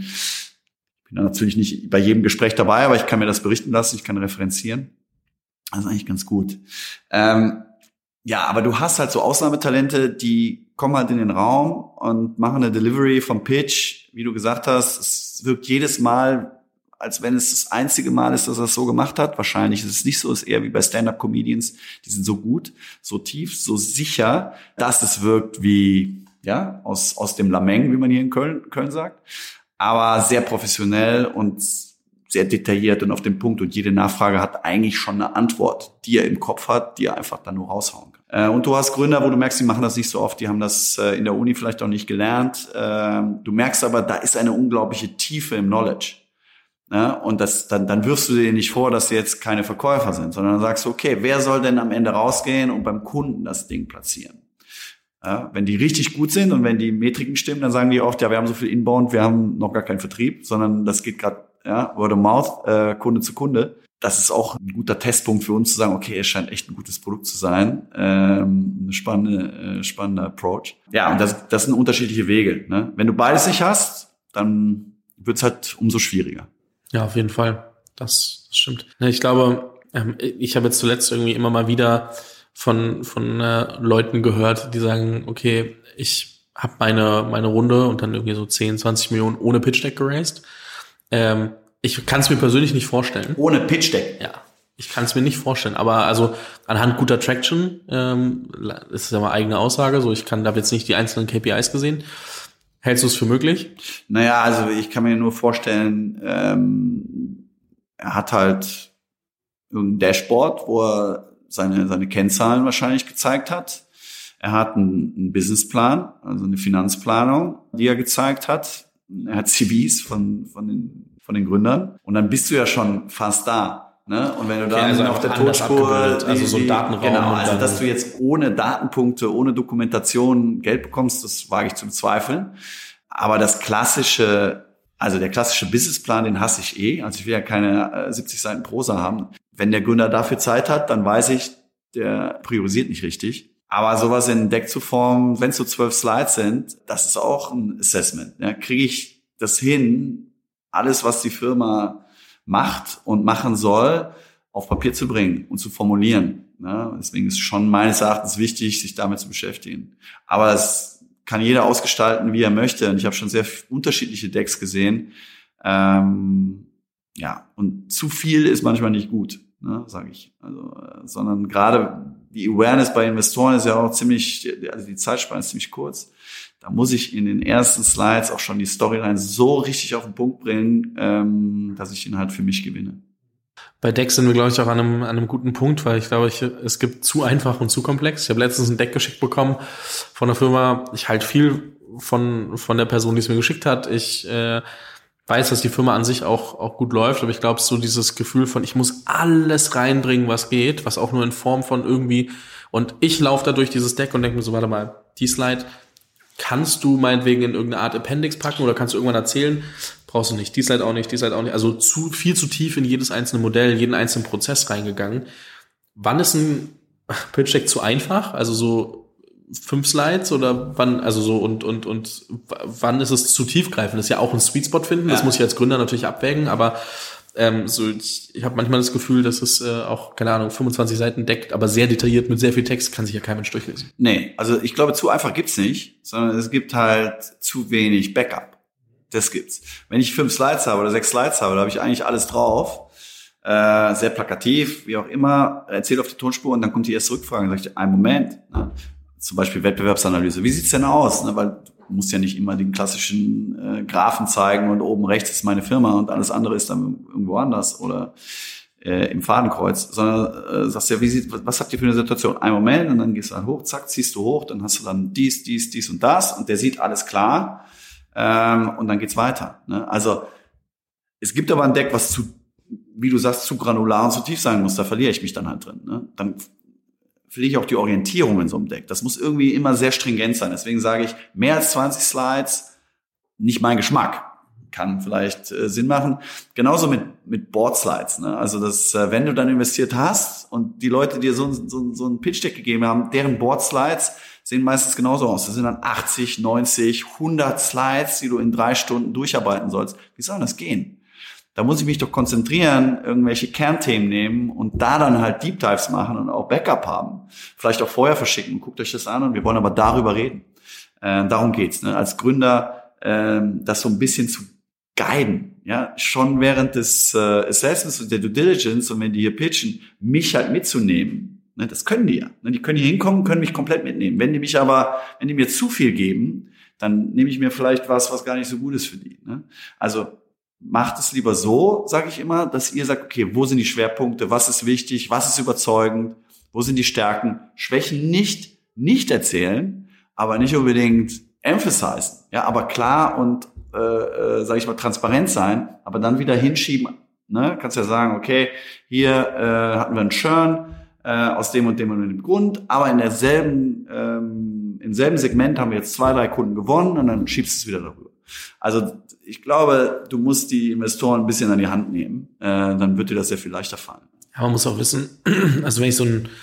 ich bin dann natürlich nicht bei jedem Gespräch dabei, aber ich kann mir das berichten lassen, ich kann referenzieren. Das ist eigentlich ganz gut. Ähm, ja, aber du hast halt so Ausnahmetalente, die kommen halt in den Raum und machen eine Delivery vom Pitch. Wie du gesagt hast, es wirkt jedes Mal, als wenn es das einzige Mal ist, dass er es so gemacht hat. Wahrscheinlich ist es nicht so, es ist eher wie bei Stand-Up-Comedians. Die sind so gut, so tief, so sicher, dass es wirkt wie, ja, aus, aus dem Lameng, wie man hier in Köln, Köln sagt. Aber sehr professionell und sehr detailliert und auf den Punkt. Und jede Nachfrage hat eigentlich schon eine Antwort, die er im Kopf hat, die er einfach dann nur raushauen kann. Und du hast Gründer, wo du merkst, die machen das nicht so oft, die haben das in der Uni vielleicht auch nicht gelernt. Du merkst aber, da ist eine unglaubliche Tiefe im Knowledge. Und das, dann, dann wirfst du dir nicht vor, dass sie jetzt keine Verkäufer sind, sondern dann sagst du, okay, wer soll denn am Ende rausgehen und beim Kunden das Ding platzieren? Ja, wenn die richtig gut sind und wenn die Metriken stimmen, dann sagen die oft, ja, wir haben so viel Inbound, wir haben noch gar keinen Vertrieb, sondern das geht gerade, ja, Word of Mouth, äh, Kunde zu Kunde. Das ist auch ein guter Testpunkt für uns zu sagen, okay, es scheint echt ein gutes Produkt zu sein, ähm, eine spannende, äh, spannende Approach. Ja, und das, das sind unterschiedliche Wege. Ne? Wenn du beides nicht hast, dann wird's halt umso schwieriger. Ja, auf jeden Fall. Das, das stimmt. Ich glaube, ähm, ich habe jetzt zuletzt irgendwie immer mal wieder von von äh, Leuten gehört, die sagen, okay, ich habe meine meine Runde und dann irgendwie so zehn, zwanzig Millionen ohne Pitch Deck geraced. Ähm, ich kann es mir persönlich nicht vorstellen. Ohne Pitch Deck? Ja, ich kann es mir nicht vorstellen. Aber also anhand guter Traction ähm, ist es ja mal eigene Aussage. So, ich kann da jetzt nicht die einzelnen K P Is gesehen. Hältst du es für möglich? Naja, also ich kann mir nur vorstellen, ähm, er hat halt ein Dashboard, wo er seine seine Kennzahlen wahrscheinlich gezeigt hat. Er hat einen, einen Businessplan, also eine Finanzplanung, die er gezeigt hat. Er hat C Vs von von den von den Gründern und dann bist du ja schon fast da. Ne? Und wenn du dann okay, also auf der Tonspur, also so ein Datenraum, genau, also dass du jetzt ohne Datenpunkte, ohne Dokumentation Geld bekommst, das wage ich zu bezweifeln. Aber das klassische, also der klassische Businessplan, den hasse ich eh. Also ich will ja keine äh, siebzig Seiten Prosa haben. Wenn der Gründer dafür Zeit hat, dann weiß ich, der priorisiert nicht richtig. Aber sowas in ein Deck zu formen, wenn es so zwölf Slides sind, das ist auch ein Assessment. Ja, kriege ich das hin, alles, was die Firma macht und machen soll, auf Papier zu bringen und zu formulieren. Ne? Deswegen ist schon meines Erachtens wichtig, sich damit zu beschäftigen. Aber es kann jeder ausgestalten, wie er möchte. Und ich habe schon sehr unterschiedliche Decks gesehen. Ähm, ja, und zu viel ist manchmal nicht gut, ne, sage ich. Also, äh, sondern gerade die Awareness bei Investoren ist ja auch ziemlich, also die Zeitspanne ist ziemlich kurz. Da muss ich in den ersten Slides auch schon die Storyline so richtig auf den Punkt bringen, ähm, dass ich ihn halt für mich gewinne. Bei Decks sind wir, glaube ich, auch an einem, an einem guten Punkt, weil ich glaube, ich, es gibt zu einfach und zu komplex. Ich habe letztens ein Deck geschickt bekommen von einer Firma. Ich halte viel von von der Person, die es mir geschickt hat. Ich äh, weiß, dass die Firma an sich auch auch gut läuft, aber ich glaube, so dieses Gefühl von, ich muss alles reinbringen, was geht, was auch nur in Form von irgendwie, und ich laufe da durch dieses Deck und denke mir so, warte mal, die Slide kannst du meinetwegen in irgendeine Art Appendix packen oder kannst du irgendwann erzählen, brauchst du nicht, die Slide auch nicht, die Slide auch nicht, also zu viel zu tief in jedes einzelne Modell, jeden einzelnen Prozess reingegangen. Wann ist ein Pitch Deck zu einfach? Also so fünf Slides oder wann, also so und und und wann ist es zu tiefgreifend? Das ist ja auch ein Sweet Spot finden, das ja. muss ich als Gründer natürlich abwägen, aber ähm, so ich, ich habe manchmal das Gefühl, dass es äh, auch, keine Ahnung, fünfundzwanzig Seiten deckt, aber sehr detailliert mit sehr viel Text kann sich ja kein Mensch durchlesen. Nee, also ich glaube, zu einfach gibt's nicht, sondern es gibt halt zu wenig Backup. Das gibt's. Wenn ich fünf Slides habe oder sechs Slides habe, da habe ich eigentlich alles drauf. Äh, sehr plakativ, wie auch immer, erzähl auf die Tonspur und dann kommt die erste Rückfrage und sage ich, einen Moment, ne? Zum Beispiel Wettbewerbsanalyse. Wie sieht's denn aus? Ne? Weil du musst ja nicht immer den klassischen äh, Graphen zeigen und oben rechts ist meine Firma und alles andere ist dann irgendwo anders oder äh, im Fadenkreuz, sondern äh, sagst ja, wie sieht, was habt ihr für eine Situation? Einen Moment und dann gehst du dann hoch, zack, ziehst du hoch, dann hast du dann dies, dies, dies und das und der sieht alles klar ähm, und dann geht's weiter. Ne? Also es gibt aber ein Deck, was zu, wie du sagst, zu granular und zu tief sein muss, da verliere ich mich dann halt drin. Ne? Dann verliere ich auch die Orientierung in so einem Deck. Das muss irgendwie immer sehr stringent sein. Deswegen sage ich, mehr als zwanzig Slides, nicht mein Geschmack. Kann vielleicht äh, Sinn machen. Genauso mit mit Board-Slides. Ne? Also, dass, äh, wenn du dann investiert hast und die Leute dir so, so, so ein Pitch-Deck gegeben haben, deren Board-Slides sehen meistens genauso aus. Das sind dann achtzig, neunzig, hundert Slides, die du in drei Stunden durcharbeiten sollst. Wie soll das gehen? Da muss ich mich doch konzentrieren, irgendwelche Kernthemen nehmen und da dann halt Deep Dives machen und auch Backup haben. Vielleicht auch vorher verschicken. Guckt euch das an und wir wollen aber darüber reden. Äh, darum geht's. Ne? Als Gründer äh, das so ein bisschen zu guiden. Ja, schon während des äh, Assessments und der Due Diligence und wenn die hier pitchen, mich halt mitzunehmen. Ne? Das können die ja. Ne? Die können hier hinkommen, können mich komplett mitnehmen. Wenn die mich aber, wenn die mir zu viel geben, dann nehme ich mir vielleicht was, was gar nicht so gut ist für die. Ne? Also macht es lieber so, sage ich immer, dass ihr sagt, okay, wo sind die Schwerpunkte, was ist wichtig, was ist überzeugend, wo sind die Stärken, Schwächen nicht, nicht erzählen, aber nicht unbedingt emphasizen, ja, aber klar und, äh, äh, sage ich mal, transparent sein, aber dann wieder hinschieben, ne, kannst ja sagen, okay, hier äh, hatten wir einen Churn äh, aus dem und dem und dem Grund, aber in derselben, ähm, im selben Segment haben wir jetzt zwei, drei Kunden gewonnen und dann schiebst du es wieder darüber. Also ich glaube, du musst die Investoren ein bisschen an die Hand nehmen. Äh, dann wird dir das sehr viel leichter fallen. Ja, man muss auch wissen, also wenn ich so ein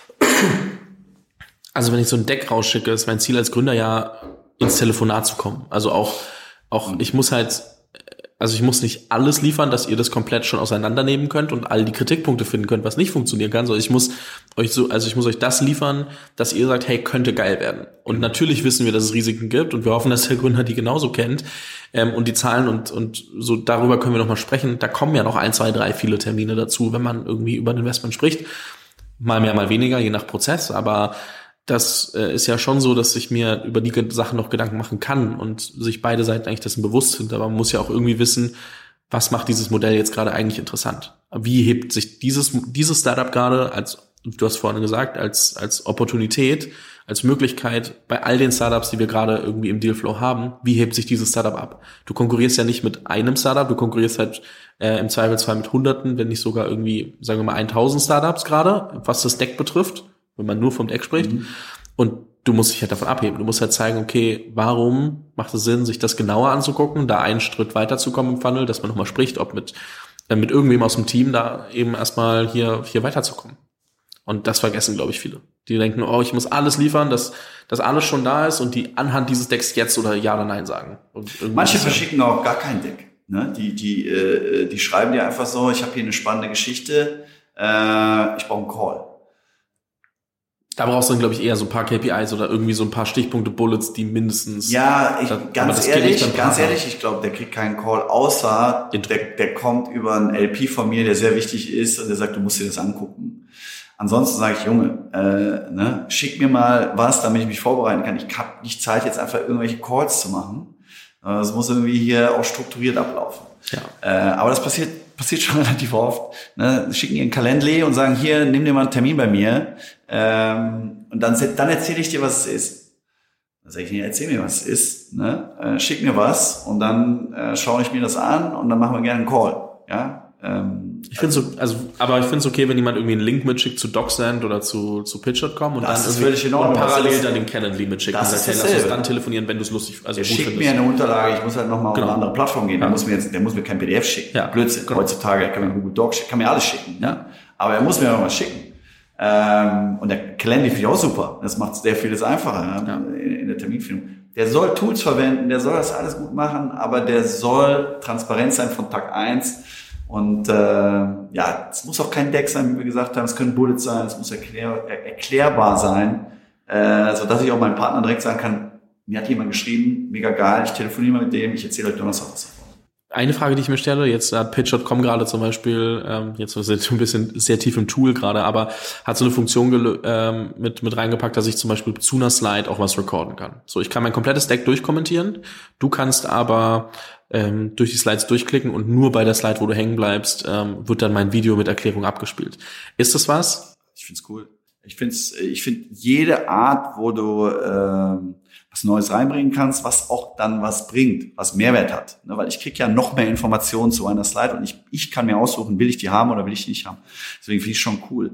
also wenn ich so ein Deck rausschicke, ist mein Ziel als Gründer ja, ins Telefonat zu kommen. Also auch, auch ich muss halt, also ich muss nicht alles liefern, dass ihr das komplett schon auseinandernehmen könnt und all die Kritikpunkte finden könnt, was nicht funktionieren kann, sondern ich muss euch so, also ich muss euch das liefern, dass ihr sagt, hey, könnte geil werden. Und natürlich wissen wir, dass es Risiken gibt und wir hoffen, dass der Gründer die genauso kennt. Ähm, und die Zahlen und, und so, darüber können wir noch mal sprechen. Da kommen ja noch ein, zwei, drei viele Termine dazu, wenn man irgendwie über ein Investment spricht. Mal mehr, mal weniger, je nach Prozess, aber das äh, ist ja schon so, dass ich mir über die Sachen noch Gedanken machen kann und sich beide Seiten eigentlich dessen bewusst sind. Aber man muss ja auch irgendwie wissen, was macht dieses Modell jetzt gerade eigentlich interessant? Wie hebt sich dieses dieses Startup gerade als, du hast vorhin gesagt, als als Opportunität, als Möglichkeit bei all den Startups, die wir gerade irgendwie im Dealflow haben, wie hebt sich dieses Startup ab? Du konkurrierst ja nicht mit einem Startup, du konkurrierst halt äh, im Zweifelsfall mit Hunderten, wenn nicht sogar irgendwie, sagen wir mal, tausend Startups gerade, was das Deck betrifft, wenn man nur vom Deck spricht. Mhm. Und du musst dich halt davon abheben. Du musst halt zeigen, okay, warum macht es Sinn, sich das genauer anzugucken, da einen Schritt weiterzukommen im Funnel, dass man nochmal spricht, ob mit äh, mit irgendwem aus dem Team da eben erstmal hier hier weiterzukommen. Und das vergessen, glaube ich, viele. Die denken, oh, ich muss alles liefern, dass dass alles schon da ist und die anhand dieses Decks jetzt oder Ja oder Nein sagen. Und manche verschicken auch gar kein Deck. Ne? Die die äh, die schreiben dir einfach so, ich habe hier eine spannende Geschichte, äh, ich brauche einen Call. Da brauchst du dann, glaube ich, eher so ein paar K P Is oder irgendwie so ein paar Stichpunkte, Bullets, die mindestens... Ja, ich, da, ganz ehrlich, ganz ehrlich, ich glaube, der kriegt keinen Call, außer der, der kommt über ein L P von mir, der sehr wichtig ist und der sagt, du musst dir das angucken. Ansonsten sage ich, Junge, äh, ne, schick mir mal was, damit ich mich vorbereiten kann. Ich habe nicht Zeit, jetzt einfach irgendwelche Calls zu machen. Das muss irgendwie hier auch strukturiert ablaufen. Ja. Äh, aber das passiert passiert schon relativ oft. Ne? Schicken ihr ein Calendly und sagen, hier, nimm dir mal einen Termin bei mir. Ähm, und dann, dann erzähle ich dir, was es ist. Dann sage ich dir, erzähl mir, was es ist. Ne? Äh, schick mir was und dann äh, schaue ich mir das an und dann machen wir gerne einen Call. Ja. Ähm, ich finde so, also, aber ich finde es okay, wenn jemand irgendwie einen Link mitschickt zu DocSend oder zu, zu Pitch Punkt com und das dann ist völlig in Ordnung. parallel das dann den Calendly mitschickt das und ist sagt, hey, lass uns dasselbe. dann telefonieren, wenn du es lustig, also der gut schickt findest. mir eine Unterlage, ich muss halt nochmal Genau. auf eine andere Plattform gehen, Ja. der muss mir jetzt, der muss mir kein P D F schicken. Ja. Blödsinn. Genau. Heutzutage, der kann mir Google Docs schicken, kann mir alles schicken. Ja. Ne? Aber er muss mir noch was schicken. Ähm, und der Calendly finde ich auch super. Das macht sehr vieles einfacher, ja. in, in der Terminfindung. Der soll Tools verwenden, der soll das alles gut machen, aber der soll transparent sein von Tag eins. Und äh, ja, es muss auch kein Deck sein, wie wir gesagt haben, es können Bullets sein, es muss erklär, er, erklärbar sein, äh, so dass ich auch meinem Partner direkt sagen kann, mir hat jemand geschrieben, mega geil, ich telefoniere mal mit dem, ich erzähle euch Donnerstag was davon. Eine Frage, die ich mir stelle, jetzt hat Pitch Punkt com gerade zum Beispiel, ähm, jetzt sind wir ein bisschen sehr tief im Tool gerade, aber hat so eine Funktion gel- ähm, mit mit reingepackt, dass ich zum Beispiel zu einer Slide auch was recorden kann. So, ich kann mein komplettes Deck durchkommentieren, du kannst aber ähm, durch die Slides durchklicken und nur bei der Slide, wo du hängen bleibst, ähm, wird dann mein Video mit Erklärung abgespielt. Ist das was? Ich find's cool. Ich find's, ich finde jede Art, wo du ähm, was Neues reinbringen kannst, was auch dann was bringt, was Mehrwert hat. Ne, weil ich krieg ja noch mehr Informationen zu einer Slide und ich, ich kann mir aussuchen, will ich die haben oder will ich die nicht haben. Deswegen finde ich schon cool.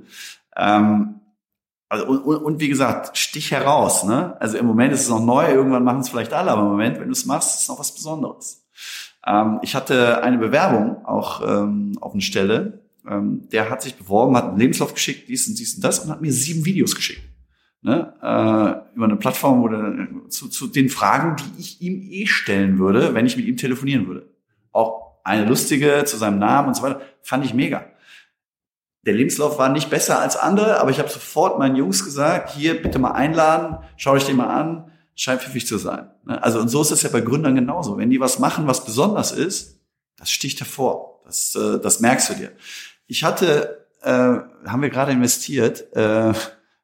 Ähm, also und, und, und wie gesagt, stich heraus. Ne? Also im Moment ist es noch neu, irgendwann machen es vielleicht alle, aber im Moment, wenn du es machst, ist es noch was Besonderes. Ähm, ich hatte eine Bewerbung auch ähm, auf eine Stelle, ähm, der hat sich beworben, hat einen Lebenslauf geschickt, dies und dies und das und hat mir sieben Videos geschickt. Ne, äh, über eine Plattform oder zu, zu den Fragen, die ich ihm eh stellen würde, wenn ich mit ihm telefonieren würde. Auch eine lustige zu seinem Namen und so weiter, fand ich mega. Der Lebenslauf war nicht besser als andere, aber ich habe sofort meinen Jungs gesagt, hier bitte mal einladen, schau euch den mal an, scheint pfiffig zu sein. Ne? Also und so ist es ja bei Gründern genauso. Wenn die was machen, was besonders ist, das sticht hervor. Das, äh, das merkst du dir. Ich hatte, äh, haben wir gerade investiert, äh,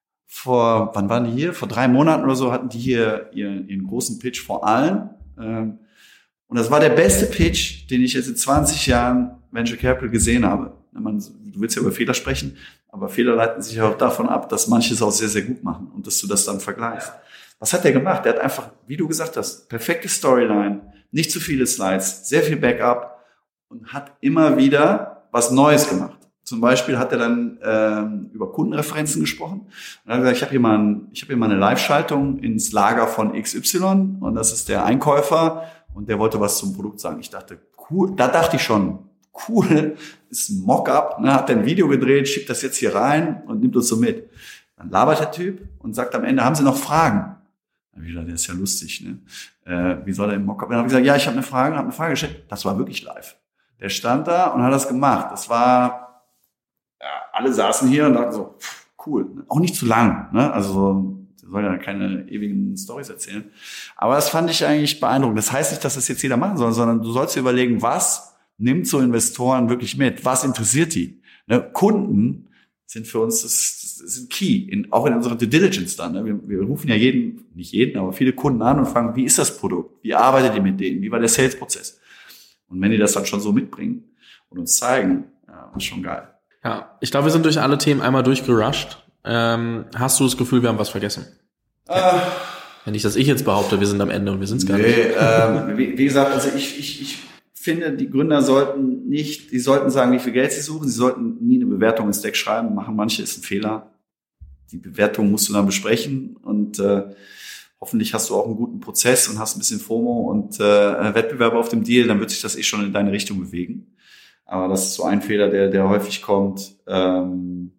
vor, wann waren die hier? Vor drei Monaten oder so hatten die hier ihren, ihren großen Pitch vor allen. Und das war der beste Pitch, den ich jetzt in zwanzig Jahren Venture Capital gesehen habe. Man, du willst ja über Fehler sprechen, aber Fehler leiten sich auch davon ab, dass manche es auch sehr, sehr gut machen und dass du das dann vergleichst. Was hat der gemacht? Der hat einfach, wie du gesagt hast, perfekte Storyline, nicht zu viele Slides, sehr viel Backup und hat immer wieder was Neues gemacht. Zum Beispiel hat er dann ähm, über Kundenreferenzen gesprochen und hat gesagt, ich habe hier mal ein, ich habe hier mal eine Live-Schaltung ins Lager von X Y und das ist der Einkäufer und der wollte was zum Produkt sagen. Ich dachte, cool, da dachte ich schon, cool, ist ein Mock-up, ne, hat ein Video gedreht, schiebt das jetzt hier rein und nimmt uns so mit. Dann labert der Typ und sagt am Ende, haben Sie noch Fragen? Dann hab ich gedacht, der ist ja lustig, ne? Äh, wie soll er im Mock-up? Dann habe ich gesagt, ja, ich habe eine Frage, habe eine Frage gestellt. Das war wirklich live. Der stand da und hat das gemacht. Das war ja, alle saßen hier und dachten so, pff, cool. Auch nicht zu lang, ne? Also so, der soll ja keine ewigen Storys erzählen. Aber das fand ich eigentlich beeindruckend. Das heißt nicht, dass das jetzt jeder machen soll, sondern du sollst dir überlegen, was nimmt so Investoren wirklich mit? Was interessiert die? Ne? Kunden sind für uns, das, das sind key, in, auch in unserer Due Diligence dann. Ne? Wir, wir rufen ja jeden, nicht jeden, aber viele Kunden an und fragen, wie ist das Produkt? Wie arbeitet ihr mit denen? Wie war der Sales-Prozess? Und wenn die das dann schon so mitbringen und uns zeigen, ja, ist schon geil. Ja, ich glaube, wir sind durch alle Themen einmal durchgerusht. Ähm, hast du das Gefühl, wir haben was vergessen? Äh, ja, nicht, dass ich jetzt behaupte, wir sind am Ende und wir sind es gar nee, nicht. Ähm, wie, wie gesagt, also ich, ich, ich finde, die Gründer sollten nicht, die sollten sagen, wie viel Geld sie suchen. Sie sollten nie eine Bewertung ins Deck schreiben. Machen manche, ist ein Fehler. Die Bewertung musst du dann besprechen und äh, hoffentlich hast du auch einen guten Prozess und hast ein bisschen FOMO und äh, Wettbewerber auf dem Deal. Dann wird sich das eh schon in deine Richtung bewegen. Aber das ist so ein Fehler, der, der häufig kommt. Ähm,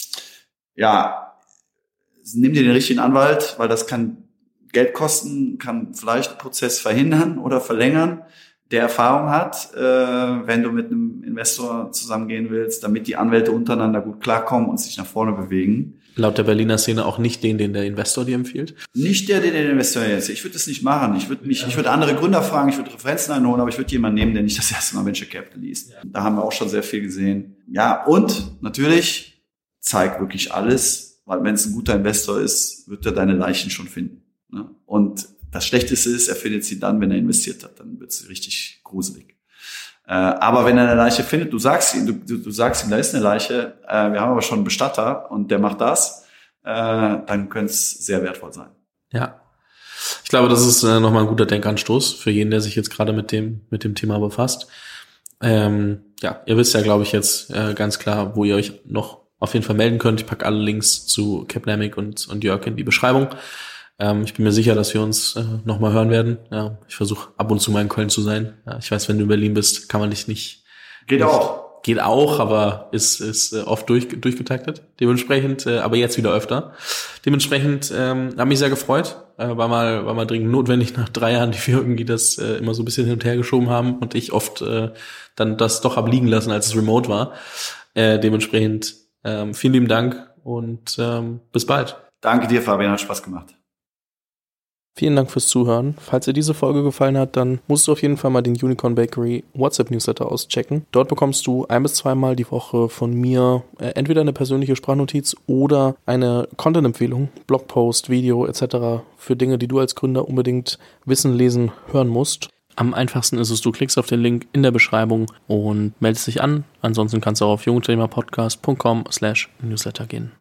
ja, nimm dir den richtigen Anwalt, weil das kann Geld kosten, kann vielleicht einen Prozess verhindern oder verlängern. der Erfahrung hat, äh, wenn du mit einem Investor zusammengehen willst, damit die Anwälte untereinander gut klarkommen und sich nach vorne bewegen. Laut der Berliner Szene auch nicht den, den der Investor dir empfiehlt? Nicht der, den der Investor jetzt. Ich würde das nicht machen. Ich würde mich, ich würde andere Gründer fragen, ich würde Referenzen einholen, aber ich würde jemanden nehmen, der nicht das erste Mal Venture Capital liest. Da haben wir auch schon sehr viel gesehen. Ja, und natürlich zeig wirklich alles, weil wenn es ein guter Investor ist, wird er deine Leichen schon finden. Ne? Und das Schlechteste ist, er findet sie dann, wenn er investiert hat. Dann wird es richtig gruselig. Äh, aber wenn er eine Leiche findet, du sagst ihm, du, du, du sagst ihm, da ist eine Leiche, äh, wir haben aber schon einen Bestatter und der macht das, äh, dann könnte es sehr wertvoll sein. Ja. Ich glaube, das ist äh, nochmal ein guter Denkanstoß für jeden, der sich jetzt gerade mit dem, mit dem Thema befasst. Ähm, ja, ihr wisst ja, glaube ich, jetzt äh, ganz klar, wo ihr euch noch auf jeden Fall melden könnt. Ich packe alle Links zu Capnamic und, und Jörg in die Beschreibung. Ähm, ich bin mir sicher, dass wir uns äh, nochmal hören werden. Ja, ich versuche ab und zu mal in Köln zu sein. Ja, ich weiß, wenn du in Berlin bist, kann man dich nicht. Geht nicht, auch. Geht auch, aber ist ist äh, oft durch, durchgetaktet. Dementsprechend, äh, aber jetzt wieder öfter. Dementsprechend ähm, hat mich sehr gefreut. Äh, war mal war mal dringend notwendig nach drei Jahren, die wir irgendwie das äh, immer so ein bisschen hin und her geschoben haben und ich oft äh, dann das doch hab liegen lassen, als es remote war. Äh, dementsprechend ähm, vielen lieben Dank und ähm, bis bald. Danke dir, Fabian, hat Spaß gemacht. Vielen Dank fürs Zuhören. Falls dir diese Folge gefallen hat, dann musst du auf jeden Fall mal den Unicorn Bakery WhatsApp-Newsletter auschecken. Dort bekommst du ein- bis zweimal die Woche von mir äh, entweder eine persönliche Sprachnotiz oder eine Content-Empfehlung, Blogpost, Video et cetera für Dinge, die du als Gründer unbedingt wissen, lesen, hören musst. Am einfachsten ist es, du klickst auf den Link in der Beschreibung und meldest dich an. Ansonsten kannst du auch auf jungunternehmerpodcast punkt com slash newsletter gehen.